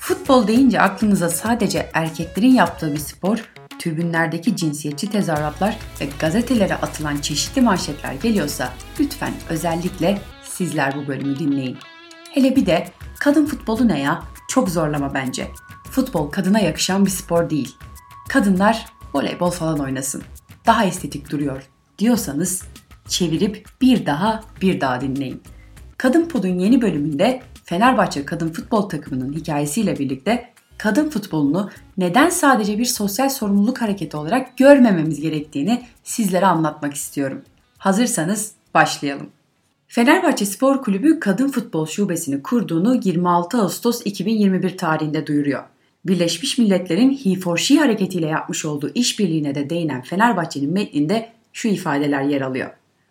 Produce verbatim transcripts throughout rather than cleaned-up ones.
Futbol deyince aklınıza sadece erkeklerin yaptığı bir spor, tribünlerdeki cinsiyetçi tezahüratlar ve gazetelere atılan çeşitli manşetler geliyorsa lütfen özellikle sizler bu bölümü dinleyin. Hele bir de kadın futbolu ne ya? Çok zorlama bence. Futbol kadına yakışan bir spor değil. Kadınlar voleybol falan oynasın. Daha estetik duruyor diyorsanız çevirip bir daha bir daha dinleyin. Kadın Pod'un yeni bölümünde Fenerbahçe kadın futbol takımının hikayesiyle birlikte kadın futbolunu neden sadece bir sosyal sorumluluk hareketi olarak görmememiz gerektiğini sizlere anlatmak istiyorum. Hazırsanız başlayalım. Fenerbahçe Spor Kulübü Kadın Futbol Şubesini kurduğunu yirmi altı Ağustos iki bin yirmi bir tarihinde duyuruyor. Birleşmiş Milletler'in He for She hareketiyle yapmış olduğu işbirliğine de değinen Fenerbahçe'nin metninde şu ifadeler yer alıyor.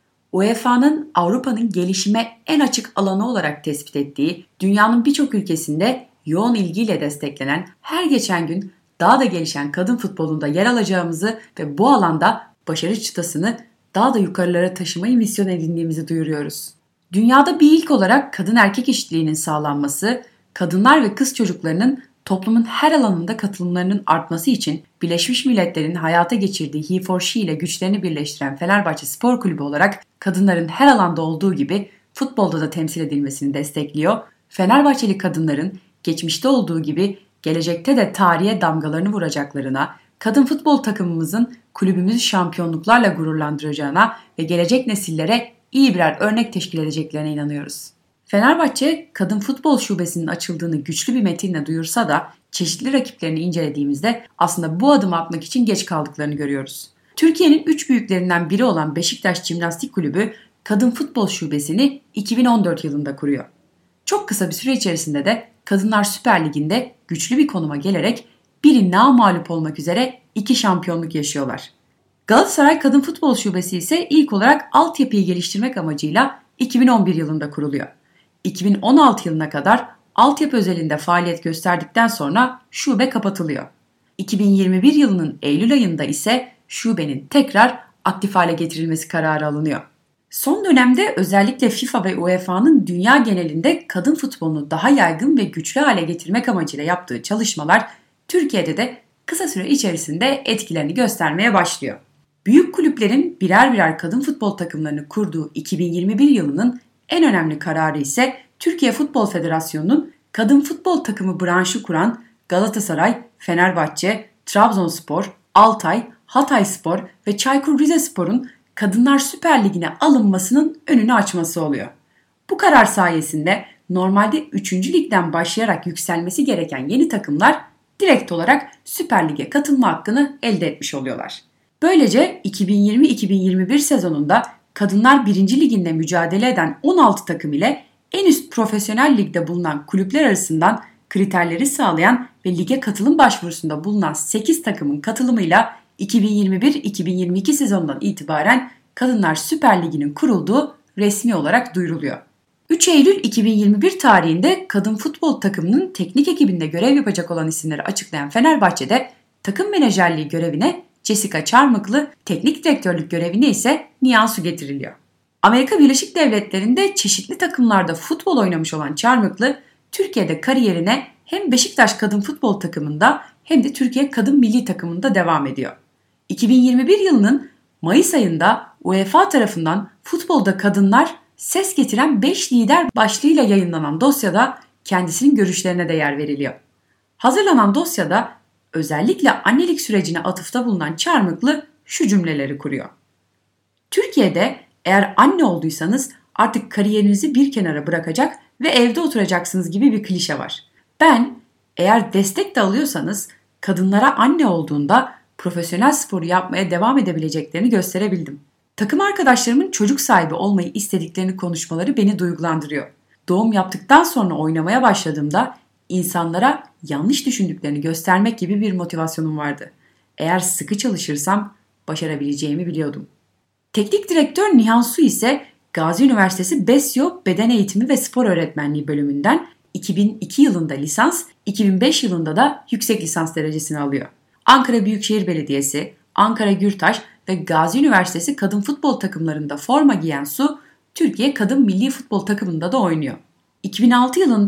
U E F A'nın Avrupa'nın gelişime en açık alanı olarak tespit ettiği, dünyanın birçok ülkesinde yoğun ilgiyle desteklenen, her geçen gün daha da gelişen kadın futbolunda yer alacağımızı ve bu alanda başarı çıtasını daha da yukarılara taşımayı misyon edindiğimizi duyuruyoruz. Dünyada bir ilk olarak kadın erkek eşitliğinin sağlanması, kadınlar ve kız çocuklarının toplumun her alanında katılımlarının artması için Birleşmiş Milletler'in hayata geçirdiği He for She ile güçlerini birleştiren Fenerbahçe Spor Kulübü olarak kadınların her alanda olduğu gibi futbolda da temsil edilmesini destekliyor. Fenerbahçeli kadınların geçmişte olduğu gibi gelecekte de tarihe damgalarını vuracaklarına, kadın futbol takımımızın kulübümüzü şampiyonluklarla gururlandıracağına ve gelecek nesillere iyi birer örnek teşkil edeceklerine inanıyoruz. Fenerbahçe kadın futbol şubesinin açıldığını güçlü bir metinle duyursa da çeşitli rakiplerini incelediğimizde aslında bu adımı atmak için geç kaldıklarını görüyoruz. Türkiye'nin üç büyüklerinden biri olan Beşiktaş Jimnastik Kulübü kadın futbol şubesini iki bin on dört yılında kuruyor. Çok kısa bir süre içerisinde de Kadınlar Süper Ligi'nde güçlü bir konuma gelerek biri namağlup olmak üzere iki şampiyonluk yaşıyorlar. Galatasaray Kadın Futbol Şubesi ise ilk olarak altyapıyı geliştirmek amacıyla iki bin on bir yılında kuruluyor. iki bin on altı yılına kadar altyapı özelinde faaliyet gösterdikten sonra şube kapatılıyor. iki bin yirmi bir yılının Eylül ayında ise şubenin tekrar aktif hale getirilmesi kararı alınıyor. Son dönemde özellikle FIFA ve U E F A'nın dünya genelinde kadın futbolunu daha yaygın ve güçlü hale getirmek amacıyla yaptığı çalışmalar Türkiye'de de kısa süre içerisinde etkilerini göstermeye başlıyor. Büyük kulüplerin birer birer kadın futbol takımlarını kurduğu iki bin yirmi bir yılının en önemli kararı ise Türkiye Futbol Federasyonu'nun kadın futbol takımı branşı kuran Galatasaray, Fenerbahçe, Trabzonspor, Altay, Hatayspor ve Çaykur Rizespor'un Kadınlar Süper Ligi'ne alınmasının önünü açması oluyor. Bu karar sayesinde normalde üçüncü ligden başlayarak yükselmesi gereken yeni takımlar direkt olarak Süper Lig'e katılma hakkını elde etmiş oluyorlar. Böylece iki bin yirmi iki bin yirmi bir sezonunda Kadınlar birinci Liginde mücadele eden on altı takım ile en üst profesyonel ligde bulunan kulüpler arasından kriterleri sağlayan ve lige katılım başvurusunda bulunan sekiz takımın katılımıyla iki bin yirmi bir iki bin yirmi iki sezonundan itibaren Kadınlar Süper Ligi'nin kurulduğu resmi olarak duyuruluyor. üç Eylül iki bin yirmi bir tarihinde kadın futbol takımının teknik ekibinde görev yapacak olan isimleri açıklayan Fenerbahçe'de takım menajerliği görevine Jessica Çarmıklı, teknik direktörlük görevine ise Nihan Su getiriliyor. Amerika Birleşik Devletleri'nde çeşitli takımlarda futbol oynamış olan Çarmıklı, Türkiye'de kariyerine hem Beşiktaş kadın futbol takımında hem de Türkiye kadın milli takımında devam ediyor. iki bin yirmi bir yılının Mayıs ayında U E F A tarafından futbolda kadınlar ses getiren beş lider başlığıyla yayınlanan dosyada kendisinin görüşlerine de yer veriliyor. Hazırlanan dosyada özellikle annelik sürecine atıfta bulunan Çarmıklı şu cümleleri kuruyor. Türkiye'de eğer anne olduysanız artık kariyerinizi bir kenara bırakacak ve evde oturacaksınız gibi bir klişe var. Ben eğer destek de alıyorsanız kadınlara anne olduğunda profesyonel sporu yapmaya devam edebileceklerini gösterebildim. Takım arkadaşlarımın çocuk sahibi olmayı istediklerini konuşmaları beni duygulandırıyor. Doğum yaptıktan sonra oynamaya başladığımda insanlara yanlış düşündüklerini göstermek gibi bir motivasyonum vardı. Eğer sıkı çalışırsam başarabileceğimi biliyordum. Teknik direktör Nihan Su ise Gazi Üniversitesi Besyo Beden Eğitimi ve Spor Öğretmenliği bölümünden iki bin iki yılında lisans, iki bin beş yılında da yüksek lisans derecesini alıyor. Ankara Büyükşehir Belediyesi, Ankara Gürtaş ve Gazi Üniversitesi kadın futbol takımlarında forma giyen Su, Türkiye kadın milli futbol takımında da oynuyor. iki bin altı yılında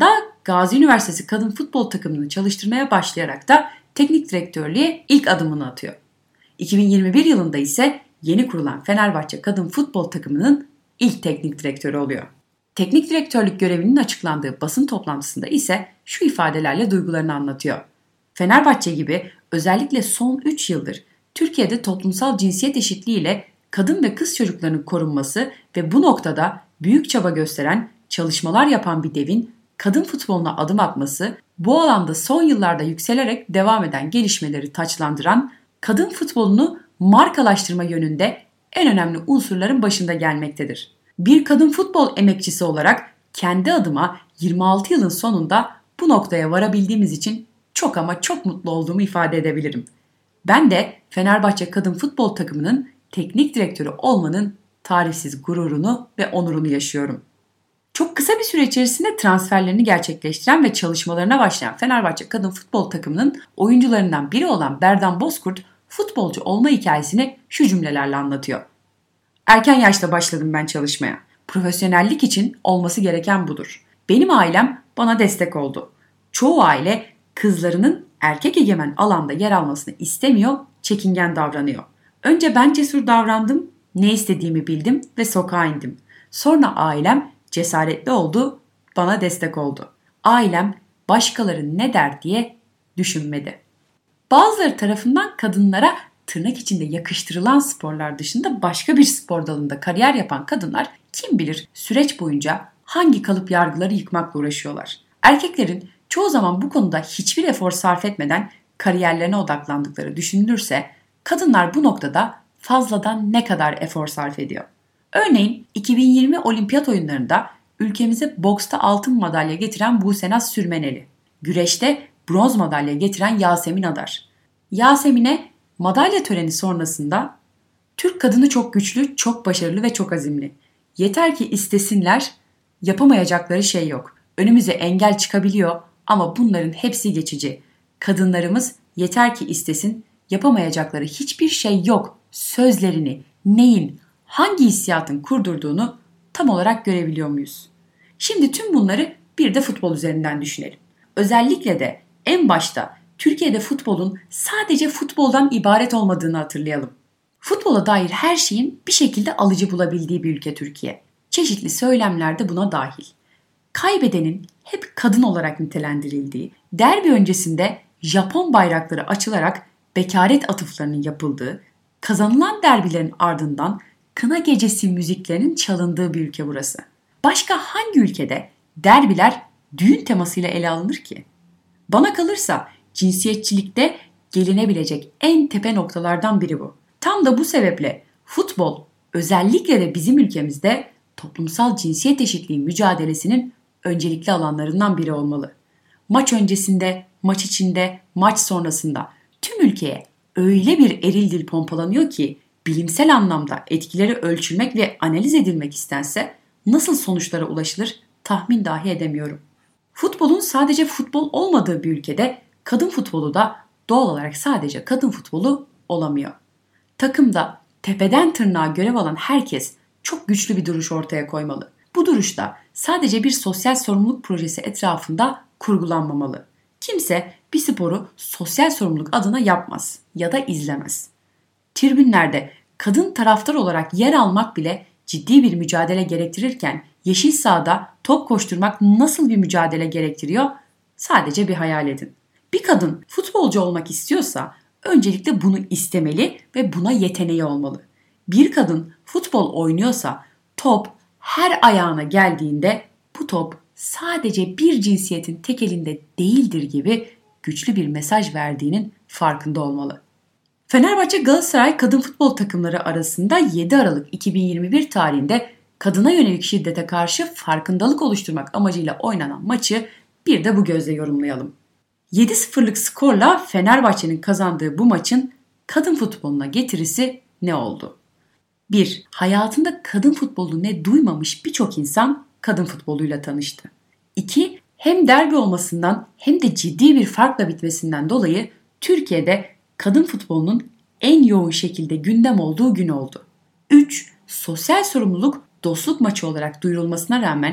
Gazi Üniversitesi Kadın Futbol Takımını çalıştırmaya başlayarak da teknik direktörlüğe ilk adımını atıyor. iki bin yirmi bir yılında ise yeni kurulan Fenerbahçe Kadın Futbol Takımının ilk teknik direktörü oluyor. Teknik direktörlük görevinin açıklandığı basın toplantısında ise şu ifadelerle duygularını anlatıyor. Fenerbahçe gibi özellikle son üç yıldır Türkiye'de toplumsal cinsiyet eşitliği ile kadın ve kız çocuklarının korunması ve bu noktada büyük çaba gösteren, çalışmalar yapan bir devin kadın futboluna adım atması, bu alanda son yıllarda yükselerek devam eden gelişmeleri taçlandıran, kadın futbolunu markalaştırma yönünde en önemli unsurların başında gelmektedir. Bir kadın futbol emekçisi olarak kendi adıma yirmi altı yılın sonunda bu noktaya varabildiğimiz için çok ama çok mutlu olduğumu ifade edebilirim. Ben de Fenerbahçe Kadın Futbol Takımının teknik direktörü olmanın tarifsiz gururunu ve onurunu yaşıyorum. Çok kısa bir süre içerisinde transferlerini gerçekleştiren ve çalışmalarına başlayan Fenerbahçe Kadın Futbol Takımının oyuncularından biri olan Berdan Bozkurt, futbolcu olma hikayesini şu cümlelerle anlatıyor. Erken yaşta başladım ben çalışmaya. Profesyonellik için olması gereken budur. Benim ailem bana destek oldu. Çoğu aile kızlarının erkek egemen alanda yer almasını istemiyor, çekingen davranıyor. Önce ben cesur davrandım, ne istediğimi bildim ve sokağa indim. Sonra ailem cesaretli oldu, bana destek oldu. Ailem başkaları ne der diye düşünmedi. Bazıları tarafından kadınlara tırnak içinde yakıştırılan sporlar dışında başka bir spor dalında kariyer yapan kadınlar kim bilir süreç boyunca hangi kalıp yargıları yıkmakla uğraşıyorlar. Erkeklerin çoğu zaman bu konuda hiçbir efor sarf etmeden kariyerlerine odaklandıkları düşünülürse kadınlar bu noktada fazladan ne kadar efor sarf ediyor? Örneğin iki bin yirmi Olimpiyat Oyunlarında ülkemize boksta altın madalya getiren Busenaz Sürmeneli, güreşte bronz madalya getiren Yasemin Adar. Yasemin'e madalya töreni sonrasında Türk kadını çok güçlü, çok başarılı ve çok azimli. Yeter ki istesinler, yapamayacakları şey yok. Önümüze engel çıkabiliyor ama bunların hepsi geçici. Kadınlarımız yeter ki istesin, yapamayacakları hiçbir şey yok. Sözlerini, neyin, hangi hissiyatın kurdurduğunu tam olarak görebiliyor muyuz? Şimdi tüm bunları bir de futbol üzerinden düşünelim. Özellikle de en başta Türkiye'de futbolun sadece futboldan ibaret olmadığını hatırlayalım. Futbola dair her şeyin bir şekilde alıcı bulabildiği bir ülke Türkiye. Çeşitli söylemler de buna dahil. Kaybedenin hep kadın olarak nitelendirildiği, derbi öncesinde Japon bayrakları açılarak bekaret atıflarının yapıldığı, kazanılan derbilerin ardından kına gecesi müziklerinin çalındığı bir ülke burası. Başka hangi ülkede derbiler düğün temasıyla ele alınır ki? Bana kalırsa cinsiyetçilikte gelinebilecek en tepe noktalardan biri bu. Tam da bu sebeple futbol özellikle de bizim ülkemizde toplumsal cinsiyet eşitliği mücadelesinin öncelikli alanlarından biri olmalı. Maç öncesinde, maç içinde, maç sonrasında tüm ülkeye öyle bir eril dil pompalanıyor ki bilimsel anlamda etkileri ölçülmek ve analiz edilmek istense nasıl sonuçlara ulaşılır tahmin dahi edemiyorum. Futbolun sadece futbol olmadığı bir ülkede kadın futbolu da doğal olarak sadece kadın futbolu olamıyor. Takımda tepeden tırnağa görev alan herkes çok güçlü bir duruş ortaya koymalı. Bu duruş da sadece bir sosyal sorumluluk projesi etrafında kurgulanmamalı. Kimse bir sporu sosyal sorumluluk adına yapmaz ya da izlemez. Tribünlerde kadın taraftar olarak yer almak bile ciddi bir mücadele gerektirirken yeşil sahada top koşturmak nasıl bir mücadele gerektiriyor? Sadece bir hayal edin. Bir kadın futbolcu olmak istiyorsa öncelikle bunu istemeli ve buna yeteneği olmalı. Bir kadın futbol oynuyorsa top her ayağına geldiğinde bu top sadece bir cinsiyetin tek elinde değildir gibi güçlü bir mesaj verdiğinin farkında olmalı. Fenerbahçe Galatasaray kadın futbol takımları arasında yedi Aralık iki bin yirmi bir tarihinde kadına yönelik şiddete karşı farkındalık oluşturmak amacıyla oynanan maçı bir de bu gözle yorumlayalım. yedi sıfırlık skorla Fenerbahçe'nin kazandığı bu maçın kadın futboluna getirisi ne oldu? bir. Hayatında kadın futbolu ne duymamış birçok insan kadın futboluyla tanıştı. iki. Hem derbi olmasından hem de ciddi bir farkla bitmesinden dolayı Türkiye'de kadın futbolunun en yoğun şekilde gündem olduğu gün oldu. üç. Sosyal sorumluluk dostluk maçı olarak duyurulmasına rağmen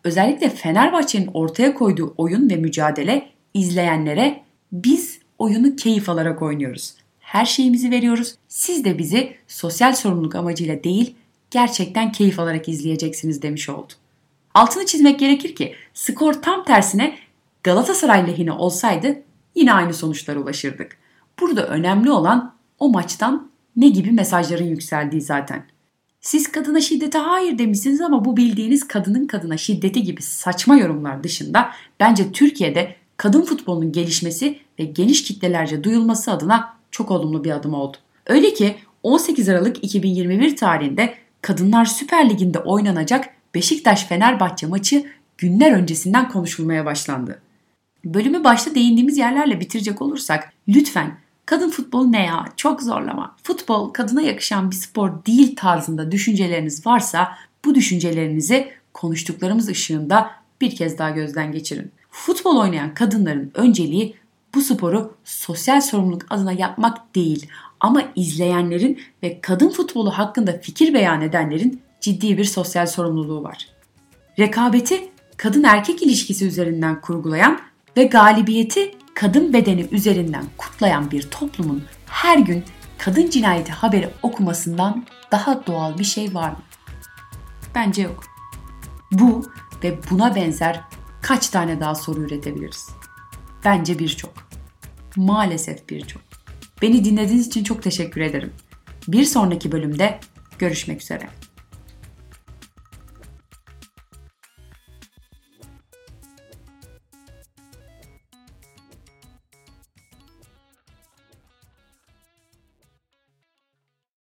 Özellikle Fenerbahçe'nin ortaya koyduğu oyun ve mücadele izleyenlere biz oyunu keyif alarak oynuyoruz. Her şeyimizi veriyoruz. Siz de bizi sosyal sorumluluk amacıyla değil, gerçekten keyif alarak izleyeceksiniz demiş oldu. Altını çizmek gerekir ki skor tam tersine Galatasaray lehine olsaydı yine aynı sonuçlara ulaşırdık. Burada önemli olan o maçtan ne gibi mesajların yükseldiği zaten. Siz kadına şiddete hayır demişsiniz ama bu bildiğiniz kadının kadına şiddeti gibi saçma yorumlar dışında bence Türkiye'de kadın futbolunun gelişmesi ve geniş kitlelerce duyulması adına çok olumlu bir adım oldu. Öyle ki on sekiz Aralık iki bin yirmi bir tarihinde Kadınlar Süper Ligi'nde oynanacak Beşiktaş-Fenerbahçe maçı günler öncesinden konuşulmaya başlandı. Bölümü başta değindiğimiz yerlerle bitirecek olursak lütfen kadın futbolu ne ya, çok zorlama, futbol kadına yakışan bir spor değil tarzında düşünceleriniz varsa bu düşüncelerinizi konuştuklarımız ışığında bir kez daha gözden geçirin. Futbol oynayan kadınların önceliği bu sporu sosyal sorumluluk adına yapmak değil ama izleyenlerin ve kadın futbolu hakkında fikir beyan edenlerin ciddi bir sosyal sorumluluğu var. Rekabeti kadın erkek ilişkisi üzerinden kurgulayan ve galibiyeti kadın bedeni üzerinden kutlayan bir toplumun her gün kadın cinayeti haberi okumasından daha doğal bir şey var mı? Bence yok. Bu ve buna benzer kaç tane daha soru üretebiliriz? Bence birçok. Maalesef birçok. Beni dinlediğiniz için çok teşekkür ederim. Bir sonraki bölümde görüşmek üzere.